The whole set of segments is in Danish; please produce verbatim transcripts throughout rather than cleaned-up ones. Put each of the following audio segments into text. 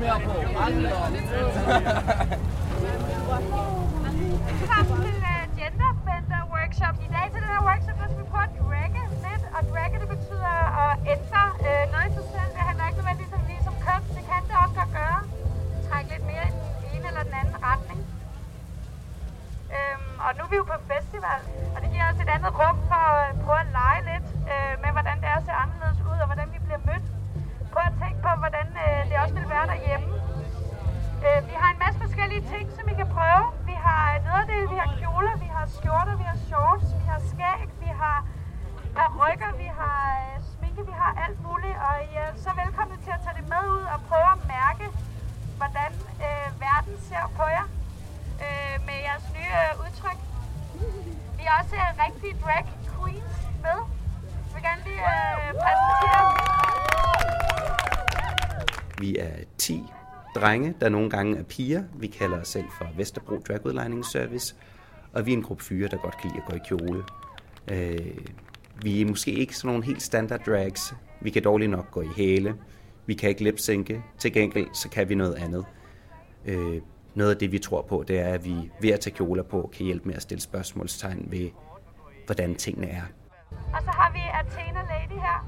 mere på. Aldrig om. Velkommen til uh, Gender Bender Workshop. I dag til den her workshop, der skal vi prøve at dragge lidt. Og dragge, det betyder at ændre øh, noget i sig selv. Det handler ikke nødvendigvis om lige som køn. Det kan det også godt gøre. Trække lidt mere i den ene eller den anden retning. Øhm, og nu er vi jo på en festival, og det giver os et andet rum for at prøve at lege lidt øh, med, hvordan det er at se anderledes ud, og hvordan vi bliver mødt. Prøv at tænke på, hvordan øh, det også vil være derhjemme. Øh, vi har en masse forskellige ting, som vi kan prøve. Vi har nederdele, vi har kjoler, vi har skjorter, vi har shorts, vi har skæg, vi har parykker, vi har øh, sminke, vi har alt muligt. Og I er så velkomne til at tage det med ud og prøve at mærke, hvordan øh, verden ser på jer øh, med jeres nye øh, udtryk. Vi er også øh, rigtige drag queens med. Jeg vil gerne lige øh, præsentere. Vi er ti drenge, der nogle gange er piger. Vi kalder os selv for Vesterbro Dragudlejningsservice, og vi er en gruppe fyre, der godt kan lide at gå i kjole. Øh, vi er måske ikke sådan nogle helt standard drags. Vi kan dårligt nok gå i hæle. Vi kan ikke lipsynke. Til gengæld så kan vi noget andet. Øh, noget af det, vi tror på, det er, at vi ved at tage kjoler på, kan hjælpe med at stille spørgsmålstegn ved, hvordan tingene er. Og så har vi Athena Lady her.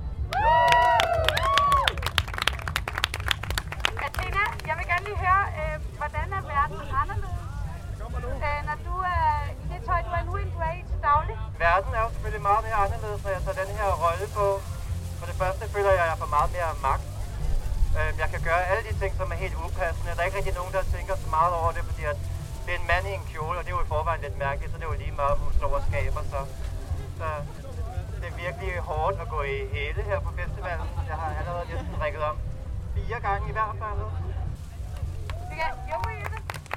Athena, jeg vil gerne lige høre, øh, hvordan er verden anderledes, øh, når du er i det tøj, du er nu en drag til daglig? Verden er jo selvfølgelig meget mere anderledes, når jeg tager den her rolle på. For det første føler jeg, at jeg får meget mere magt. Øh, jeg kan gøre alle de ting, som er helt upassende. Der er ikke rigtig nogen, der tænker så meget over det, fordi at det er en mand i en kjole, og det er jo i forvejen lidt mærkeligt, så det er jo lige meget, hun står og skaber sig. Så det er virkelig hårdt at gå i hæle her på festivalen. Jeg har allerede næsten drikket om fire gange i hvert fald. Ja, jo, Jytte.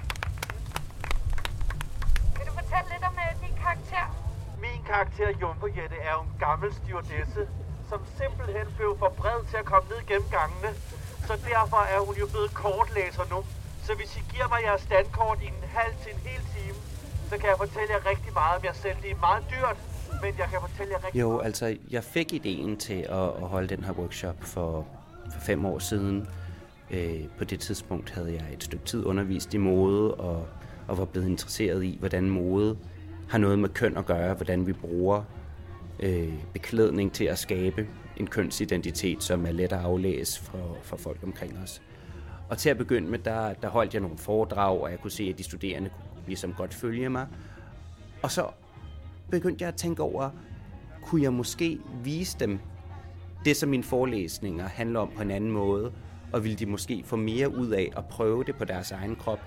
Vil du fortælle lidt om uh, din karakter? Min karakter, Jumbo Jette, er jo en gammel stewardesse, som simpelthen blev for bred til at komme ned gennem gangene. Så derfor er hun jo blevet kortlæser nu. Så hvis I giver mig jeres standkort i en halv til en hel time, så kan jeg fortælle jer rigtig meget om jer selv. Det er meget dyrt, men jeg kan fortælle jer rigtig jo, meget. Jo, altså, jeg fik ideen til at, at holde den her workshop for, for fem år siden. Øh, på det tidspunkt havde jeg et stykke tid undervist i mode, og, og var blevet interesseret i, hvordan mode har noget med køn at gøre, hvordan vi bruger øh, beklædning til at skabe en kønsidentitet, som er let at aflæse for, for folk omkring os. Og til at begynde med, der, der holdt jeg nogle foredrag, og jeg kunne se, at de studerende kunne ligesom godt følge mig. Og så begyndte jeg at tænke over, kunne jeg måske vise dem det, som mine forelæsninger handler om på en anden måde, og ville de måske få mere ud af at prøve det på deres egen krop.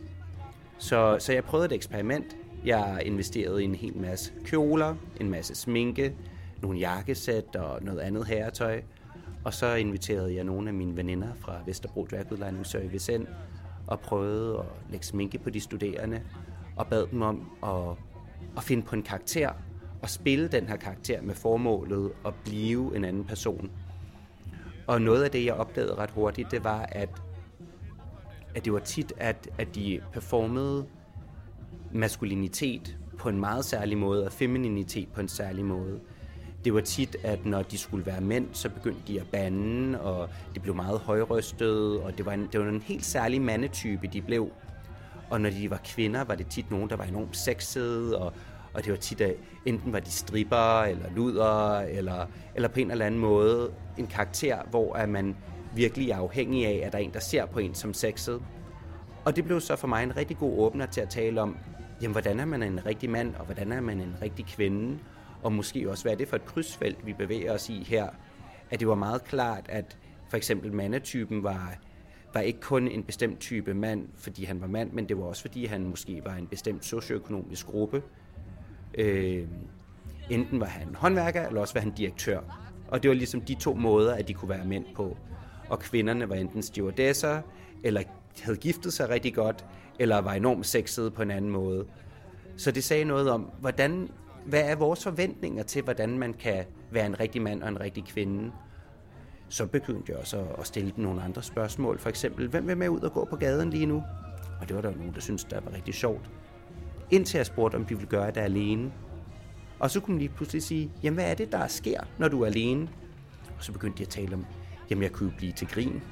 Så, så jeg prøvede et eksperiment. Jeg investerede i en hel masse kjoler, en masse sminke, nogle jakkesæt og noget andet herretøj. Og så inviterede jeg nogle af mine veninder fra Vesterbro Dragudlejningsservice ind og prøvede at lægge sminke på de studerende og bad dem om at, at finde på en karakter og spille den her karakter med formålet at blive en anden person. Og noget af det, jeg opdagede ret hurtigt, det var, at, at det var tit, at, at de performede maskulinitet på en meget særlig måde, og femininitet på en særlig måde. Det var tit, at når de skulle være mænd, så begyndte de at bande, og de blev meget højrøstede, og det var en, det var en helt særlig mandetype, de blev. Og når de var kvinder, var det tit nogen, der var enormt sexede, og, og det var tit, at enten var de stripper, eller luder, eller, eller på en eller anden måde en karakter, hvor at man virkelig er afhængig af, at der er en, der ser på en som sexet. Og det blev så for mig en rigtig god åbner til at tale om, jamen, hvordan er man en rigtig mand, og hvordan er man en rigtig kvinde, og måske også, hvad er det for et krydsfelt, vi bevæger os i her. At det var meget klart, at for eksempel mandetypen var, var ikke kun en bestemt type mand, fordi han var mand, men det var også, fordi han måske var en bestemt socioøkonomisk gruppe. Øh, enten var han håndværker, eller også var han direktør. Og det var ligesom de to måder, at de kunne være mænd på. Og kvinderne var enten stewardesser, eller havde giftet sig rigtig godt, eller var enormt sexede på en anden måde. Så det sagde noget om, hvordan, hvad er vores forventninger til, hvordan man kan være en rigtig mand og en rigtig kvinde. Så begyndte jeg også at stille dem nogle andre spørgsmål. For eksempel, hvem vil med ud og gå på gaden lige nu? Og det var der jo nogen, der syntes, det var rigtig sjovt. Indtil jeg spurgte, om de ville gøre det alene. Og så kunne de pludselig sige, jamen hvad er det, der sker, når du er alene? Og så begyndte de at tale om, jamen jeg kunne blive til grin.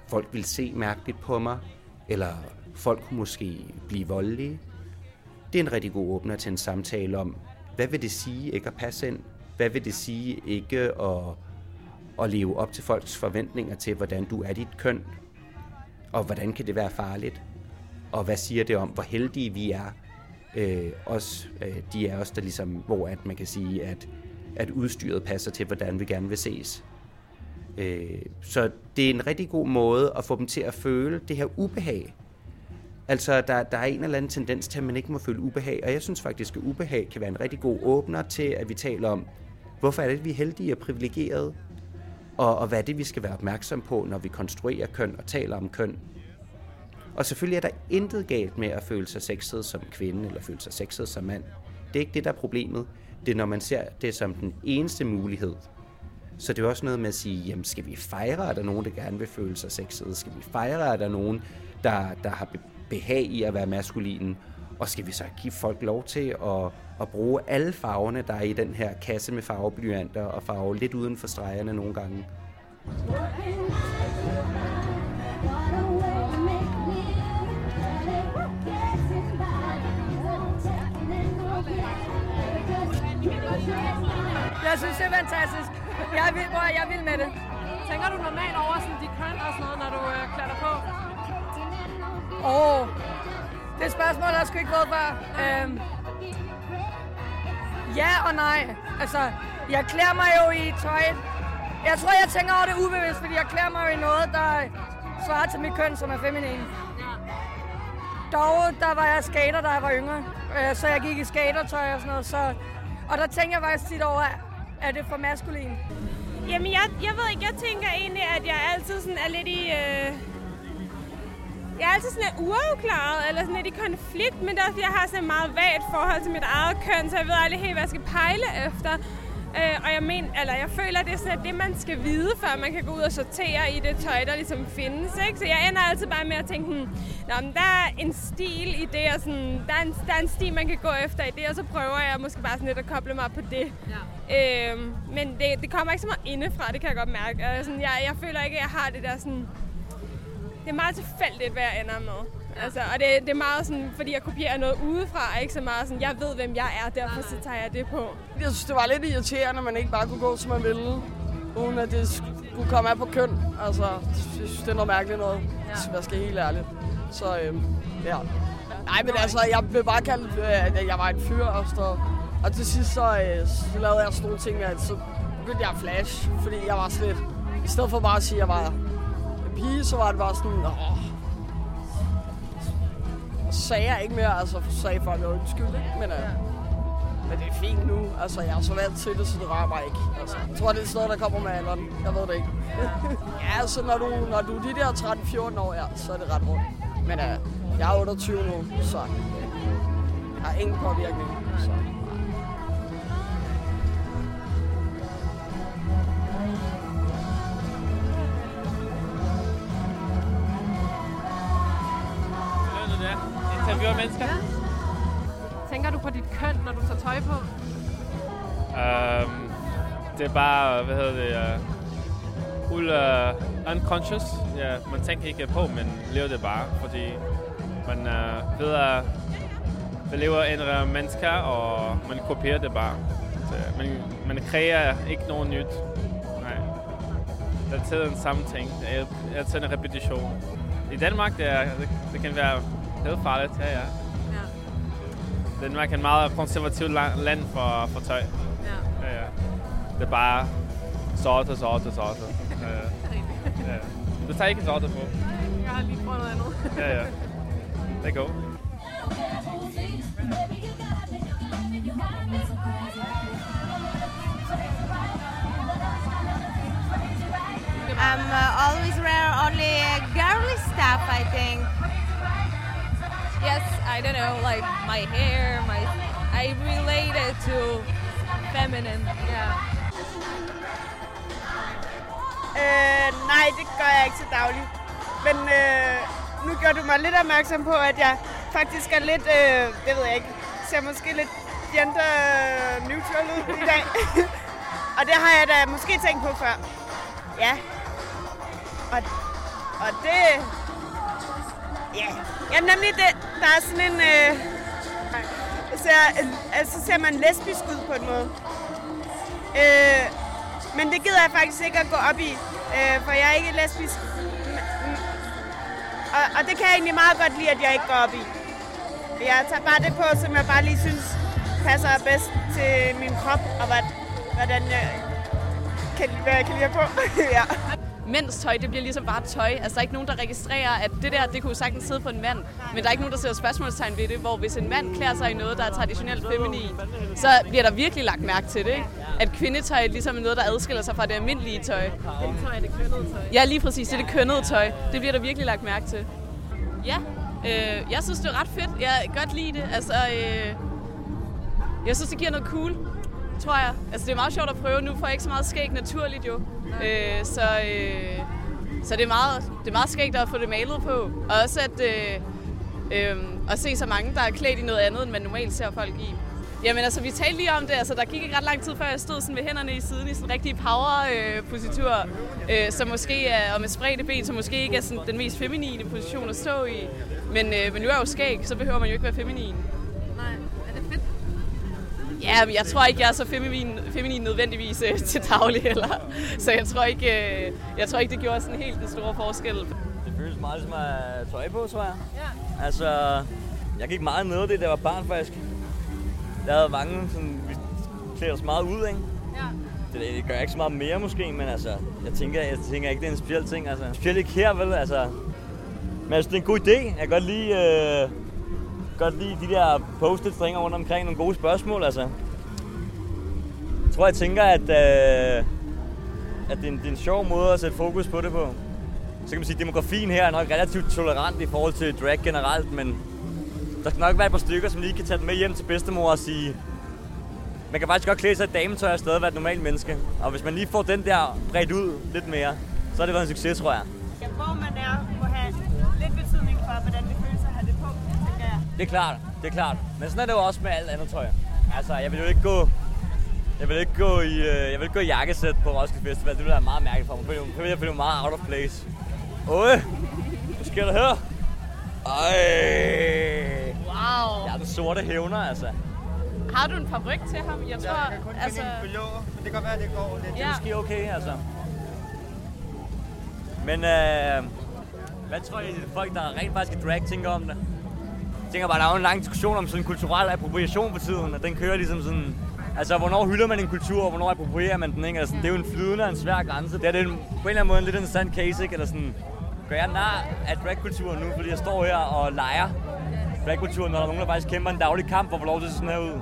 folk vil se mærkeligt på mig, eller folk kunne måske blive voldelige. Det er en rigtig god åbner til en samtale om, hvad vil det sige ikke at passe ind? Hvad vil det sige ikke at, at leve op til folks forventninger til, hvordan du er dit køn? Og hvordan kan det være farligt? Og hvad siger det om, hvor heldige vi er? Øh, os, øh, de er os, der ligesom, hvor at man kan sige, at, at udstyret passer til, hvordan vi gerne vil ses. Øh, så det er en rigtig god måde at få dem til at føle det her ubehag. Altså, der, der er en eller anden tendens til, at man ikke må føle ubehag, og jeg synes faktisk, at ubehag kan være en rigtig god åbner til, at vi taler om, hvorfor er det, at vi er heldige og privilegerede, og, og hvad er det, vi skal være opmærksom på, når vi konstruerer køn og taler om køn. Og selvfølgelig er der intet galt med at føle sig sexet som kvinde, eller føle sig sexet som mand. Det er ikke det, der er problemet. Det er, når man ser det som den eneste mulighed. Så det er også noget med at sige, jamen skal vi fejre, at der er nogen, der gerne vil føle sig sexet? Skal vi fejre, at der er nogen, der, der har behag i at være maskulin? Og skal vi så give folk lov til at, at bruge alle farverne, der er i den her kasse med farveblyanter, og farve lidt uden for stregerne nogle gange? Jeg synes, det er fantastisk. Jeg vil, hvor jeg vil med det. Tænker du normalt over sådan de køn og sådan noget, når du øh, klatrer på? Åh, oh, det er et spørgsmål, der sgu ikke været før. Øhm, ja og nej. Altså, jeg klæder mig jo i tøj. Jeg tror, jeg tænker over det ubevidst, fordi jeg klæder mig jo i noget, der svarer til mit køn, som er feminin. Dog, der var jeg skater, da jeg var yngre. Så jeg gik i skatertøj og sådan noget. Så, og der tænker jeg faktisk tit over, er det for maskulin? Jamen, jeg, jeg ved ikke, jeg tænker egentlig, at jeg altid sådan er lidt i... Øh... Jeg er altid sådan lidt uafklaret, eller sådan lidt i konflikt, men det er også, jeg har sådan et meget vagt forhold til mit eget køn, så jeg ved aldrig helt, hvad jeg skal pejle efter. Øh, og jeg mener, eller jeg føler, at det er sådan, at det, man skal vide, før man kan gå ud og sortere i det tøj, der ligesom findes, ikke? Så jeg ender altid bare med at tænke, hmm, nå, men der er en stil i det, og sådan, der, er en, der er en stil, man kan gå efter i det, og så prøver jeg måske bare sådan lidt at koble mig på det. Ja. Øh, men det, det kommer ikke så meget indefra, det kan jeg godt mærke. Og sådan, jeg, jeg føler ikke, at jeg har det der sådan... Det er meget tilfældigt, hvad jeg ender med. Altså, og det, det er meget sådan, fordi jeg kopierer noget udefra, og ikke så meget sådan, jeg ved, hvem jeg er, derfor så tager jeg det på. Jeg synes, det var lidt irriterende, at man ikke bare kunne gå, som man ville, uden at det skulle komme af på køn. Altså, jeg synes, det er noget mærkeligt noget, hvis jeg skal helt ærligt. Så, øhm, ja. Nej, men altså, jeg blev bare kaldt, at jeg var en fyr, og, så, og til sidst så, øh, så lavede jeg sådan nogle ting, at så begyndte jeg at flash, fordi jeg var slet, i stedet for bare at sige, at jeg var pige, så var det bare sådan, åh. Så sagde jeg ikke mere, altså så sagde folk noget undskyld, ikke? Men, øh, men det er fint nu, altså jeg er så vant til det, så det rører mig ikke. Altså, jeg tror, det er sådan noget, der kommer med alderen, jeg ved det ikke. Ja, altså når du, når du er de der tretten fjorten år, ja, så er det ret rundt. Men øh, jeg er otteogtyve nu, så jeg har ingen påvirkning. Så. Interviewer mennesker. Ja. Tænker du på dit køn, når du tager tøj på? Um, det er bare, hvad hedder det, uh, ul uh, unconscious. Ja, man tænker ikke på, men lever det bare, fordi man uh, ved at vi lever andre mennesker, og man kopierer det bare. Så, man, man kræver ikke noget nyt. Nej. Det er til den samme ting. Det er til en repetition. I Danmark, det, er, det, det kan være helt farligt, ja, ja. ja. Danmark er et meget konservativt land for, for tøj. Ja. Ja, ja. Det er bare sorte, sorte, sorte. Ja, ja. Ja. Du tager ikke sorte på. Jeg har lige prøvet noget andet. Ja, ja. Det er godt. I'm uh, always wear only uh, girly stuff, I think. Yes, I don't know, like my hair, my I relate it to feminine. Yeah. Øh, nej, det gør jeg ikke til daglig. Men øh, nu gør du mig lidt opmærksom på, at jeg faktisk er lidt, øh, det ved jeg ikke, ser måske lidt gender neutral ud i dag. Og det har jeg da måske tænkt på før. Ja. Og Og det... Ja, yeah. Jamen nemlig det, der er sådan en... Øh, ser, altså ser man lesbisk ud på en måde. Øh, men det gider jeg faktisk ikke at gå op i, øh, for jeg er ikke lesbisk. Og, og det kan jeg egentlig meget godt lide, at jeg ikke går op i. Jeg tager bare det på, som jeg bare lige synes passer bedst til min krop, og hvordan jeg kan, hvad jeg kan lide på. Ja. Mænds tøj, det bliver ligesom bare tøj. Altså, der er ikke nogen, der registrerer, at det der, det kunne sagtens sidde på en mand. Men der er ikke nogen, der sætter spørgsmålstegn ved det, hvor hvis en mand klæder sig i noget, der er traditionelt feminin, så bliver der virkelig lagt mærke til det, ikke? At kvindetøj ligesom er noget, der adskiller sig fra det almindelige tøj. Kvindetøj er det kønnede tøj. Ja, lige præcis. Det er det kønnede tøj. Det bliver der virkelig lagt mærke til. Ja, øh, jeg synes, det er ret fedt. Jeg kan godt lide det. Altså, øh, jeg synes, det giver noget cool, tror jeg. Altså, det er meget sjovt at prøve. Nu får jeg ikke så meget skæg naturligt, jo. Øh, så, øh, så det er meget, det er meget skægt at få det malet på. Og også at, øh, øh, at se så mange, der er klædt i noget andet, end man normalt ser folk i. Jamen altså, vi talte lige om det. Altså, der gik ikke ret lang tid, før jeg stod sådan med hænderne i siden i sådan en rigtig power-positur. Øh, øh, som måske er, og med spredte ben, som måske ikke er sådan den mest feminine position at stå i. Men, øh, men nu er jeg jo skæg, så behøver man jo ikke være feminin. Nej, er det fedt? Ja, men jeg tror ikke, jeg er så feminin, feminin nødvendigvis øh, til daglig heller. Så jeg tror ikke, øh, jeg tror ikke, det gjorde sådan helt den store forskel. Det føles meget som at have tøj på, tror jeg. Ja. Altså, jeg gik meget ned i det, da jeg var barn faktisk. Der havde mange, sådan, vi klæder os meget ud, ikke? Ja. Det, det gør jeg ikke så meget mere måske, men altså, jeg tænker, jeg tænker ikke, det er en speciel ting, altså. Specielt ikke her, vel, altså. Men altså, det er en god idé. Jeg kan godt lide, øh, godt lide de der post-it-stringer rundt omkring nogle gode spørgsmål, altså. Jeg tror, jeg tænker, at, øh, at det, er en, det er en sjov måde at sætte fokus på det på. Så kan man sige, at demografien her er nok relativt tolerant i forhold til drag generelt, men der skal nok være et par stykker, som lige kan tage den med hjem til bedstemor og sige, man kan faktisk godt klæde sig i dametøj og stadig være et normalt menneske. Og hvis man lige får den der bredt ud lidt mere, så har det været en succes, tror jeg. Ja, hvor man er, må have lidt betydning for, hvordan det føles at have det på, tænker jeg. Det er klart, det er klart. Men sådan er det jo også med alt andet tøj. Altså, jeg vil jo ikke gå, jeg vil ikke gå i, jeg vil ikke gå i jakkesæt på Roskilde Festival. Det ville være meget mærkeligt for mig. For jeg føler mig meget out of place. Øj, hvad sker der her? Ej. Wow. Jeg er den sorte hævner, altså. Har du en paryk til ham? Jeg tror, jeg kan kun altså... finde en blå, men det kan godt være, at det går lidt. Det er ja. Måske okay, altså. Men øh, hvad tror I, folk, der rent faktisk er drag, tænker om det? Jeg tænker bare, der er jo en lang diskussion om sådan en kulturel appropriation på tiden, og den kører ligesom sådan... Altså, hvornår hylder man en kultur, og hvornår approprierer man den, ikke? Altså, det er jo en flydende og en svær grænse. Det er det på en eller anden måde en lidt interessant case, ikke? Eller sådan... Gør jeg nar af dragkulturen nu, fordi jeg står her og leger dragkulturen, når der er nogen, der faktisk kæmper en daglig kamp, og får lov til sådan her ud.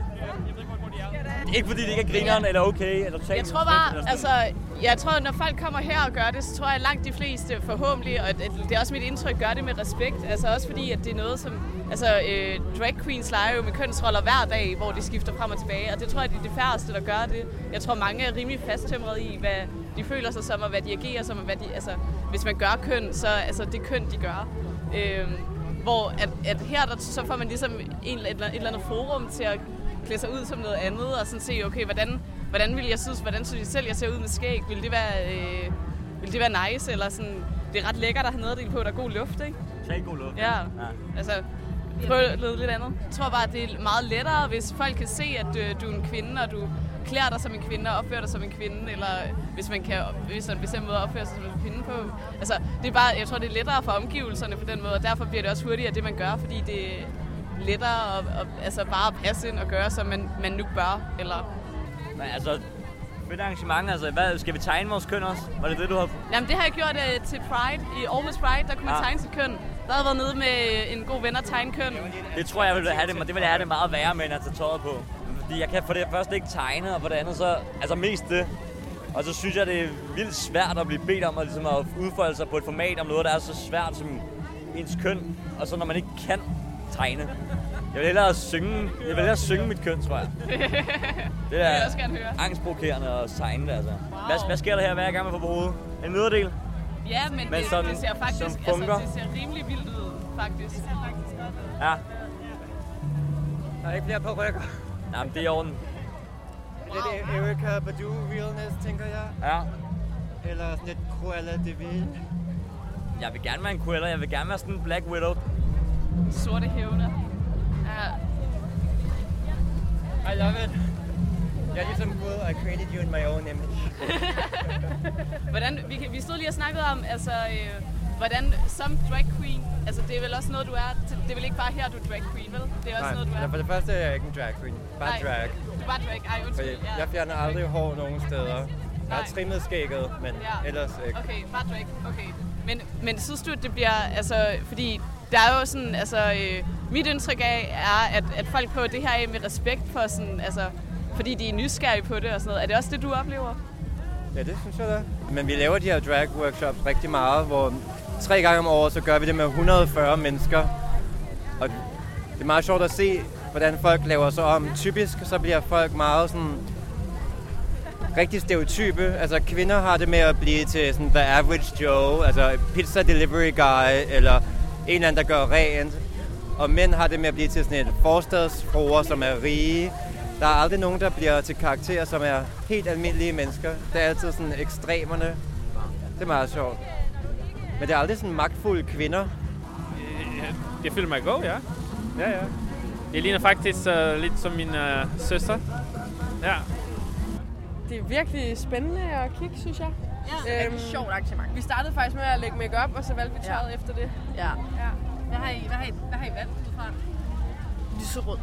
Ikke fordi det ikke er grineren, eller okay, eller totalt. Jeg tror bare, altså, jeg tror, når folk kommer her og gør det, så tror jeg langt de fleste forhåbentlig, og det er også mit indtryk, gør det med respekt. Altså også fordi, at det er noget som, altså øh, drag queens leger jo med kønsroller hver dag, hvor de skifter frem og tilbage, og det tror jeg, det er de færreste, der gør det. Jeg tror, mange er rimelig fasttømret i, hvad de føler sig som, og hvad de agerer som, og hvad de, altså, hvis man gør køn, så altså det køn, de gør. Øh, hvor at, at her, der, så får man ligesom en, et, et eller andet forum til at klæde sig ud som noget andet, og sådan se, okay, hvordan, hvordan vil jeg synes, hvordan synes jeg selv, jeg ser ud med skæg? Vil det være, øh, vil det være nice, eller sådan, det er ret lækkert at have nederdel på, der er god luft, ikke? Det er god luft. Ja, ja. Altså, prøv noget lidt andet. Jeg tror bare, at det er meget lettere, hvis folk kan se, at du, du er en kvinde, og du klæder dig som en kvinde og opfører dig som en kvinde, eller hvis man kan hvis en bestemt måde opføre sig som en kvinde på. Altså, det er bare, jeg tror, det er lettere for omgivelserne på den måde, og derfor bliver det også hurtigere, det man gør, fordi det er lettere at, at altså bare passe ind og gøre, som man, man nu bør, eller... Men altså, fedt arrangement, altså, hvad, skal vi tegne vores køn også? Var det det, du havde? Jamen, det har jeg gjort uh, til Pride, i Aarhus Pride, der kunne man ja. tegne sit køn. Der havde været nede med en god ven at tegne køn. Det tror jeg, ville have det, men det ville jeg have det meget værre med, end at tage tøjet på. Fordi jeg kan for det første ikke tegne, og for det andet så, altså mest det. Og så synes jeg, det er vildt svært at blive bedt om at, ligesom, at udfolde sig på et format om noget, der er så svært som ens køn. Og så når man ikke kan tegne. Jeg vil hellere synge, jeg vil hellere synge mit køn, tror jeg. Det er også gerne høre. Angstprovokerende at tegne det, altså. Wow. Hvad, hvad sker der her, hver gang man får på hovedet? En nederdel? Ja, men, men det, sådan, det ser faktisk altså, det ser rimelig vildt ud, faktisk. Det ser faktisk godt ud. Ja. Der er ikke flere på rykker. Nej, men det er i orden. Wow. Lidt Erykah Badu realness, tænker jeg. Ja. Eller sådan lidt Cruella de Vil. jeg vil gerne være en Cruella, jeg vil gerne være sådan en Black Widow. Sorte hævner. Ja. I love it. Jeg er ligesom Gud, I created you in my own image. Hvordan, vi, vi stod lige og snakkede om, altså, øh, hvordan som drag queen, altså det er vel også noget, du er, det er vel ikke bare her, du er drag queen, vel? Det er også Nej, noget, du er. for det første er jeg ikke en drag queen, bare Nej, drag. Du er bare drag, ej undskyld. Fordi Ja. jeg fjerner aldrig hår nogen steder. Jeg har Nej. trimmet skægget, men Ja. ellers ikke. Okay, bare drag, okay. Men, men synes du, at det bliver, altså, fordi der er jo sådan, altså, øh, mit indtryk af er, at, at folk prøver det her af med respekt for sådan, altså, fordi de er nysgerrige på det og sådan noget. Er det også det, du oplever? Ja, det synes jeg da. Men vi laver de her drag workshops rigtig meget, hvor tre gange om året, så gør vi det med et hundrede og fyrre mennesker. Og det er meget sjovt at se, hvordan folk laver sig om. Typisk så bliver folk meget sådan rigtig stereotype. Altså kvinder har det med at blive til sådan the average Joe, altså pizza delivery guy, eller en eller anden, der gør rent. Og mænd har det med at blive til sådan et forstadsfruer, som er rige. Der er aldrig nogen, der bliver til karakterer, som er helt almindelige mennesker. Det er altid sådan ekstremerne. Det er meget sjovt. Men det er aldrig sådan magtfulde kvinder. Jeg føler mig god, ja. Ja, ja. Jeg ligner faktisk uh, lidt som min uh, søster. Ja. Det er virkelig spændende at kigge, synes jeg. Ja, det er et sjovt arrangement. Vi startede faktisk med at lægge make-up, og så valgte vi tøjet ja. efter det. Ja. ja. Hvad har I, hvad har I, hvad har I valgt ud fra? Lyserød.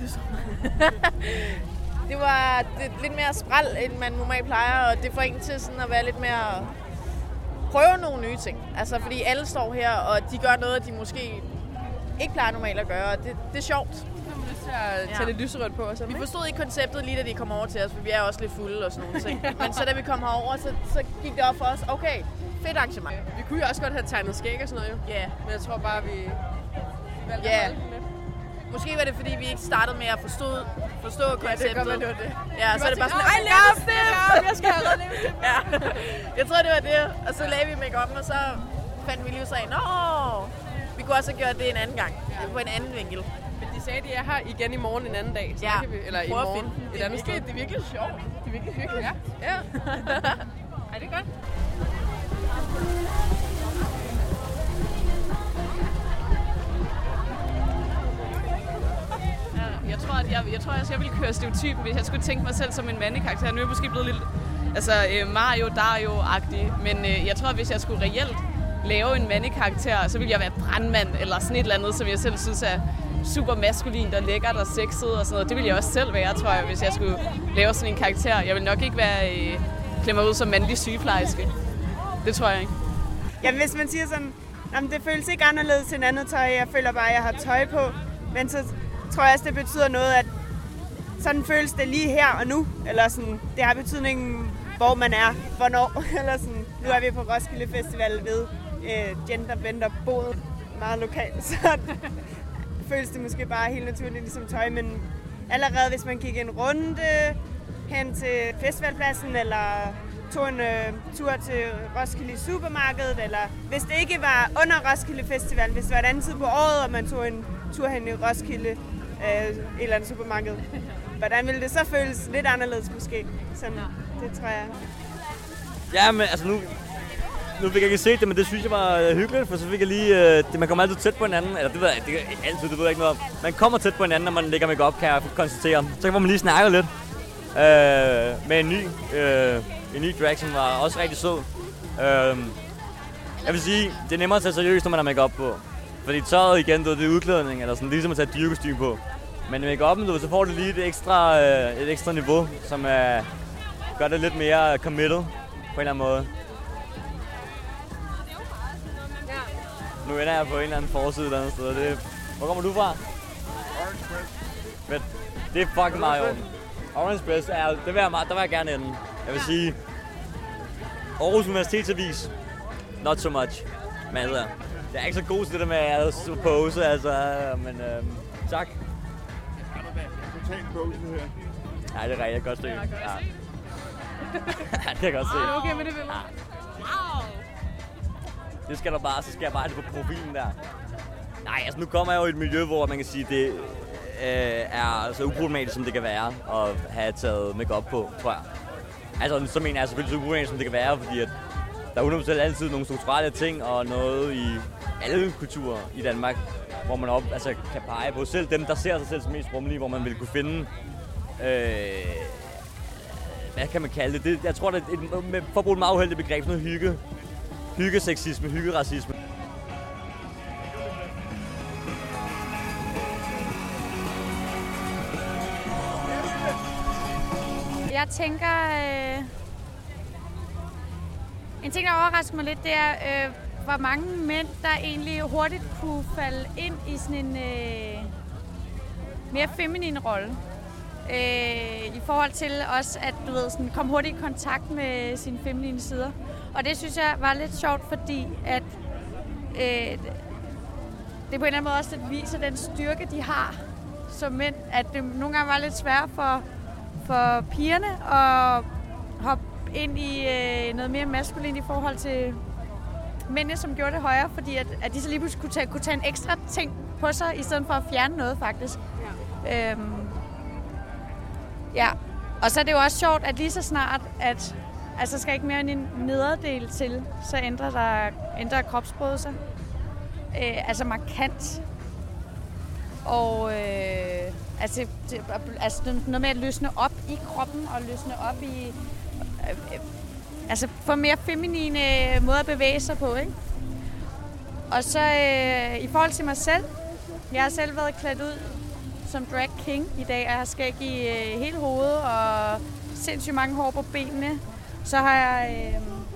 Det var det, lidt mere spræl, end man normalt plejer, og det får en til sådan at være lidt mere... Prøve nogle nye ting. Altså, fordi alle står her, og de gør noget, de måske ikke plejer normalt at gøre, og det, det er sjovt. Nu har vi lyst til at tage ja. lidt lyserødt på os. Vi forstod ikke konceptet lige, da de kom over til os, for vi er også lidt fulde og sådan nogle ting. Men så da vi kom herover, så, så gik det op for os, okay, fedt arrangement. Vi kunne jo også godt have tegnet skæg og sådan noget, jo. Ja. Yeah. Men jeg tror bare, vi valgte yeah. at holde den lidt. Måske var det, fordi vi ikke startede med at forstå, forstå konceptet. Ja, det kan godt være, det var det. Ja, så er det bare sådan, ej, læbestift! Jeg skal have noget læbestift. Ja, jeg tror, det var det. Og så lagde vi make-up, og så fandt vi lige ud af, nå, vi kunne også have gjort det en anden gang. Ja. På en anden vinkel. Men de sagde, at de er her igen i morgen en anden dag. Så ja, kan vi, eller i morgen et andet sted. Det er virkelig sjovt. Det er virkelig hyggeligt. Ja. Ja. Ej, det er godt. Jeg tror, at jeg, jeg tror også, jeg ville køre stereotypen, hvis jeg skulle tænke mig selv som en mandekarakter. Nu er jeg måske blevet lidt altså, øh, Mario, Dario-agtig, men øh, jeg tror, at hvis jeg skulle reelt lave en mandekarakter, så ville jeg være brandmand eller sådan et eller andet, som jeg selv synes er super maskulint og lækkert og sexet og sådan noget. Det ville jeg også selv være, tror jeg, hvis jeg skulle lave sådan en karakter. Jeg vil nok ikke være øh, klemmer ud som mandlig sygeplejerske. Det tror jeg ikke. Ja, hvis man siger sådan, jamen, det føles ikke anderledes end andet tøj, jeg føler bare, at jeg har tøj på, men så tror jeg også, det betyder noget, at sådan føles det lige her og nu, eller sådan, det har betydning, hvor man er, hvornår, eller sådan, nu er vi på Roskilde Festival ved øh, Genderbender boet meget lokalt, så føles det måske bare helt naturligt ligesom tøj, men allerede hvis man gik en runde hen til festivalpladsen, eller tog en øh, tur til Roskilde Supermarkedet, eller hvis det ikke var under Roskilde Festival, hvis det var et andet tid på året, og man tog en tur hen i Roskilde, øh, et eller andet supermarked. Hvordan ville det så føles? Lidt anderledes måske. Sådan, det tror jeg. Ja, men altså nu, nu fik jeg ikke set det, men det synes jeg var hyggeligt, for så fik jeg lige, øh, det, man kommer altid tæt på hinanden, eller det ved jeg, det er altid, det ved jeg ikke noget om. Man kommer tæt på hinanden, når man lægger make-up, kan jeg konstatere. Så kan man lige snakke lidt øh, med en ny, øh, en ny drag, som var også rigtig sød. Øh, jeg vil sige, det er nemmere at tage seriøst, når man har make-up på. Fordi tøjet igen, det er udklædning, eller sådan, ligesom at tage et dyrekostyme på. Men med make-up'en, så får du lige et ekstra, øh, et ekstra niveau, som øh, gør det lidt mere committed på en eller anden måde. Nu ender jeg på en eller anden forside et eller andet sted. Det, hvor kommer du fra? Orange Press. Fedt. Det er fucking meget i orden. Orange Press, er, det vil jeg, der vil jeg gerne ende. Jeg vil sige, Aarhus Universitetsavis, not so much. Men altså, jeg er ikke så god til det der med at pose, altså, men øhm, tak. Total pose her. Nej, det er rigtigt, jeg kan godt se. Ja. Ja, det kan jeg godt se. Er du okay med det, Villa? Wow! Det skal der bare, så skal jeg bare have det på profilen der. Nej, altså nu kommer jeg jo i et miljø, hvor man kan sige, det øh, er så uproblematisk, som det kan være at have taget make-up på, tror jeg. Altså, så mener jeg selvfølgelig så uproblematisk, som det kan være, fordi at der er hundrede procent altid nogle strukturelle ting og noget i alle kulturer i Danmark, hvor man op, altså, kan pege på selv dem, der ser sig selv som mest rummelige, hvor man vil kunne finde, øh, hvad kan man kalde det? det jeg tror, det er et, for at bruge et meget uheldigt begreb, sådan noget hygge, hyggeseksisme, hyggeracisme. Jeg tænker, øh, en ting, der overrasker mig lidt, det er, øh, hvor mange mænd, der egentlig hurtigt kunne falde ind i sådan en øh, mere feminin rolle. Øh, I forhold til også, at du ved, sådan, komme hurtigt i kontakt med sine feminine sider. Og det synes jeg var lidt sjovt, fordi at øh, det på en eller anden måde også at viser den styrke, de har som mænd. At det nogle gange var lidt svært for, for pigerne at hoppe ind i øh, noget mere maskulin i forhold til mændene, som gjorde det højere, fordi at, at de så lige pludselig kunne tage, kunne tage en ekstra ting på sig, i stedet for at fjerne noget, faktisk. Ja. Øhm, ja. Og så er det jo også sjovt, at lige så snart, at altså skal ikke mere end en nederdel til, så ændrer, der, ændrer kropssproget sig. Øh, altså markant. Og øh, altså, det, altså noget med at løsne op i kroppen, og løsne op i øh, øh, altså få mere feminine måder at bevæge sig på, ikke? Og så øh, i forhold til mig selv, jeg har selv været klædt ud som drag king i dag, og jeg har skæg i øh, hele hovedet og sindssygt mange hår på benene. Så har jeg øh,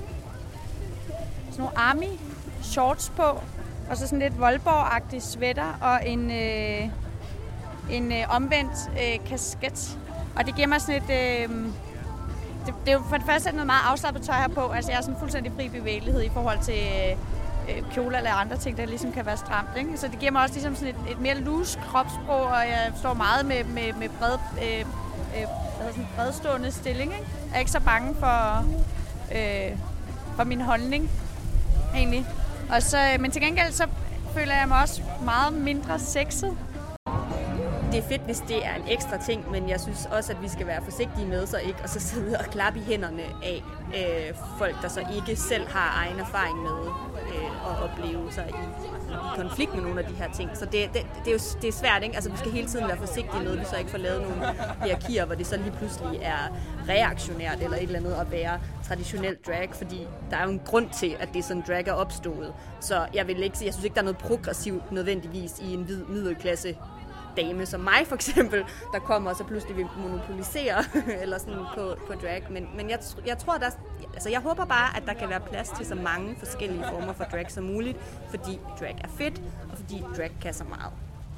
sådan nogle army shorts på, og så sådan lidt Voldborg-agtig sweater og en, øh, en øh, omvendt øh, kasket. Og det giver mig sådan et... Øh, det, det er jo for det første noget meget afslappet tøj her på. Altså jeg har sådan fuldstændig fri bevægelighed i forhold til øh, kjoler eller andre ting, der ligesom kan være stramt, ikke? Så det giver mig også ligesom sådan et, et mere loose kropssprog, og jeg står meget med, med, med bred, øh, øh, sådan bredstående stilling, ikke? Jeg er ikke så bange for, øh, for min holdning, egentlig. Og så, men til gengæld så føler jeg mig også meget mindre sexet. Det er fedt, hvis det er en ekstra ting, men jeg synes også, at vi skal være forsigtige med så ikke, og så sidde og klappe i hænderne af øh, folk, der så ikke selv har egen erfaring med øh, at opleve sig i, i konflikt med nogle af de her ting. Så det, det, det er jo det er svært, ikke? Altså vi skal hele tiden være forsigtige med, at vi så ikke får lavet nogle hierarkier, hvor det så lige pludselig er reaktionært eller et eller andet at være traditionel drag, fordi der er jo en grund til, at det sådan drag er opstået. Så jeg vil ikke sige, jeg synes ikke, der er noget progressivt nødvendigvis i en hvid middelklasse dame som mig for eksempel, der kommer og så pludselig vil monopolisere eller sådan på, på drag. Men, men jeg, jeg tror, der, altså jeg håber bare, at der kan være plads til så mange forskellige former for drag som muligt, fordi drag er fedt, og fordi drag kan så meget.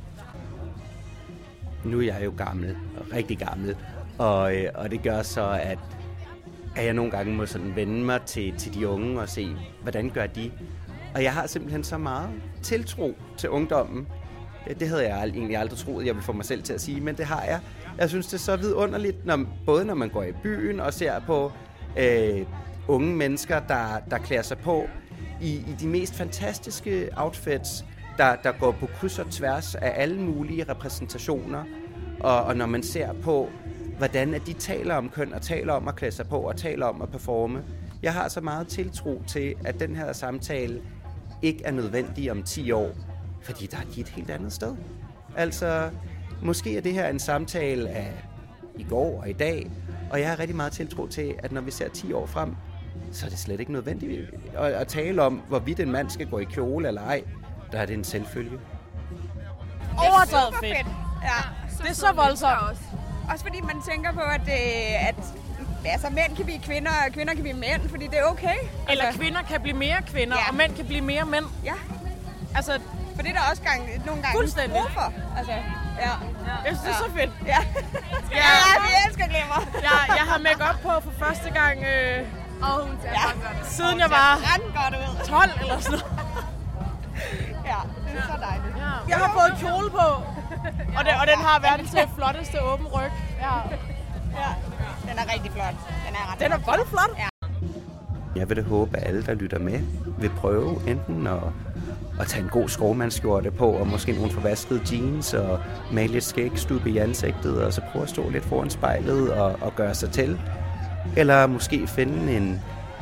Nu er jeg jo gammel, rigtig gammel, og, og det gør så, at, at jeg nogle gange må sådan vende mig til, til de unge og se, hvordan gør de. Og jeg har simpelthen så meget tiltro til ungdommen. Det havde jeg egentlig aldrig troet, jeg ville få mig selv til at sige, men det har jeg. Jeg synes, det er så vidunderligt, når, både når man går i byen og ser på øh, unge mennesker, der, der klæder sig på i, i de mest fantastiske outfits, der, der går på kryds og tværs af alle mulige repræsentationer. Og, og når man ser på, hvordan at de taler om køn og taler om at klæde sig på og taler om at performe. Jeg har så meget tiltro til, at den her samtale ikke er nødvendig om ti år. Fordi der er de et helt andet sted. Altså, måske er det her en samtale af i går og i dag, og jeg har rigtig meget tiltro til, at når vi ser ti år frem, så er det slet ikke nødvendigt at, at tale om, hvorvidt en mand skal gå i kjole eller ej. Der er det en selvfølge. Overdrevet fedt. fedt. Ja, det er så voldsomt. Også. også fordi man tænker på, at, øh, at altså, mænd kan blive kvinder, og kvinder kan blive mænd, fordi det er okay. Eller altså, kvinder kan blive mere kvinder, ja. Og mænd kan blive mere mænd. Ja. Altså, for det er der også gang, nogle gange fuldstændig. brug for. Altså, ja. Ja. Jeg synes, det er så fedt. Ja, ja, ja vi elsker glimmer. Ja, jeg har make-up på for første gang, øh, og hun ser ja, godt. siden jeg var godt ud. tolv eller sådan noget. Ja, det er så dejligt. Ja. Jeg har fået kjole på, og, det, og den har verdens flotteste åben ryg. Ja. Ja, den er rigtig flot. Den er ret Den er godt flot. Ja. Jeg vil da håbe, at alle, der lytter med, vil prøve enten at, at tage en god skovmandskjorte på, og måske nogle forvaskede jeans, og male lidt skægstube i ansigtet, og så prøve at stå lidt foran spejlet og, og gøre sig til. Eller måske finde en,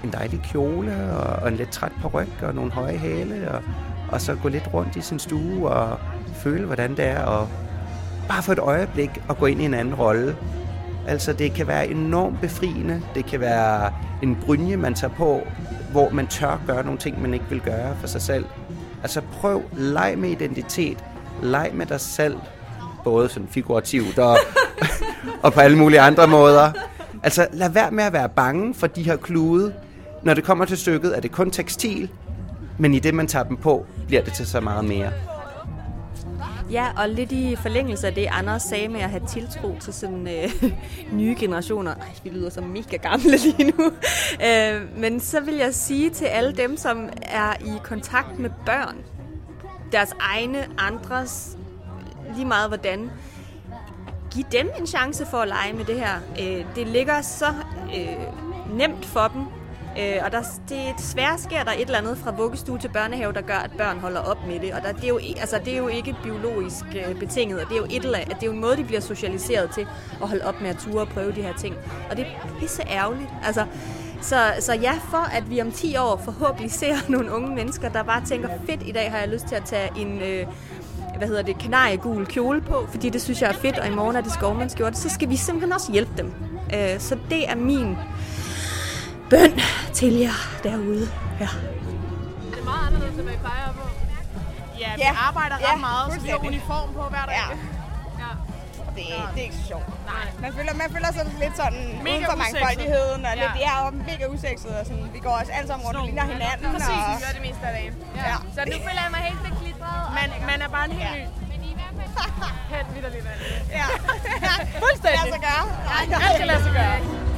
en dejlig kjole og, og en lidt træt paryk og nogle høje hæle, og, og så gå lidt rundt i sin stue og føle, hvordan det er, og bare for et øjeblik at gå ind i en anden rolle. Altså, det kan være enormt befriende. Det kan være en brynje, man tager på, hvor man tør gøre nogle ting, man ikke vil gøre for sig selv. Altså, prøv, leg med identitet. Leg med dig selv. Både sådan figurativt og, og på alle mulige andre måder. Altså, lad være med at være bange for de her klude. Når det kommer til stykket, er det kun tekstil, men i det, man tager dem på, bliver det til så meget mere. Ja, og lidt i forlængelse af det, Anders sagde med at have tiltro til sådan øh, nye generationer. Ej, vi lyder så mega gamle lige nu. øh, men så vil jeg sige til alle dem, som er i kontakt med børn, deres egne, andres, lige meget hvordan, giv dem en chance for at lege med det her. Øh, det ligger så øh, nemt for dem. Øh, og der, det, desværre sker der et eller andet fra vuggestue til børnehave, der gør, at børn holder op med det. Og der, det, er jo, altså, det er jo ikke biologisk øh, betinget, og det er jo et eller andet, det er jo en måde, de bliver socialiseret til at holde op med at ture og prøve de her ting. Og det er pisse ærgerligt. Altså, så, så ja, for at vi om ti år forhåbentlig ser nogle unge mennesker, der bare tænker, fedt, i dag har jeg lyst til at tage en... Øh, hvad hedder det, kanariegul kjole på, fordi det synes jeg er fedt, og i morgen er det skovmandsskjorte, så skal vi simpelthen også hjælpe dem. Øh, så det er min bøn til jer derude. Ja. Det er meget anderledes, end hvad I plejer på. Ja, vi Ja. arbejder ret Ja, meget, så vi har fuldstændig. uniform på hver dag. Ja. Ja. Det, det er ikke så sjovt. Nej. Man føler, man føler sig lidt sådan Mega uden for usexet. mangfoldigheden, og Ja. lidt, ja, og mega usekset, og sådan, vi går også alle sammen rundt og ligner hinanden. Præcis, og... vi gør det meste af dagen. Ja. Ja. Så nu føler jeg mig helt beklitret. Man, man er bare en helt ny. Helt vidderligt. Ja. Fuldstændig. Lad sig gøre. Alt kan lade sig gøre.